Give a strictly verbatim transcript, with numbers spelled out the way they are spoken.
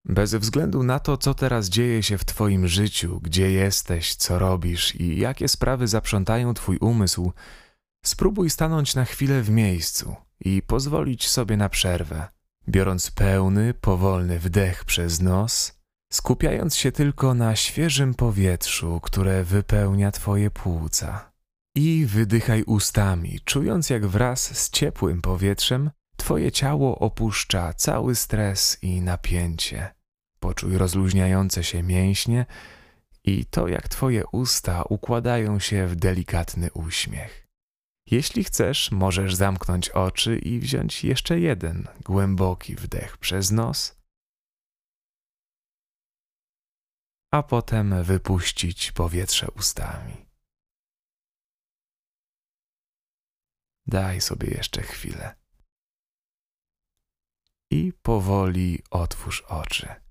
Bez względu na to, co teraz dzieje się w Twoim życiu, gdzie jesteś, co robisz i jakie sprawy zaprzątają Twój umysł, spróbuj stanąć na chwilę w miejscu i pozwolić sobie na przerwę, biorąc pełny, powolny wdech przez nos, skupiając się tylko na świeżym powietrzu, które wypełnia Twoje płuca. I wydychaj ustami, czując jak wraz z ciepłym powietrzem Twoje ciało opuszcza cały stres i napięcie. Poczuj rozluźniające się mięśnie i to, jak Twoje usta układają się w delikatny uśmiech. Jeśli chcesz, możesz zamknąć oczy i wziąć jeszcze jeden głęboki wdech przez nos, a potem wypuścić powietrze ustami. Daj sobie jeszcze chwilę. I powoli otwórz oczy.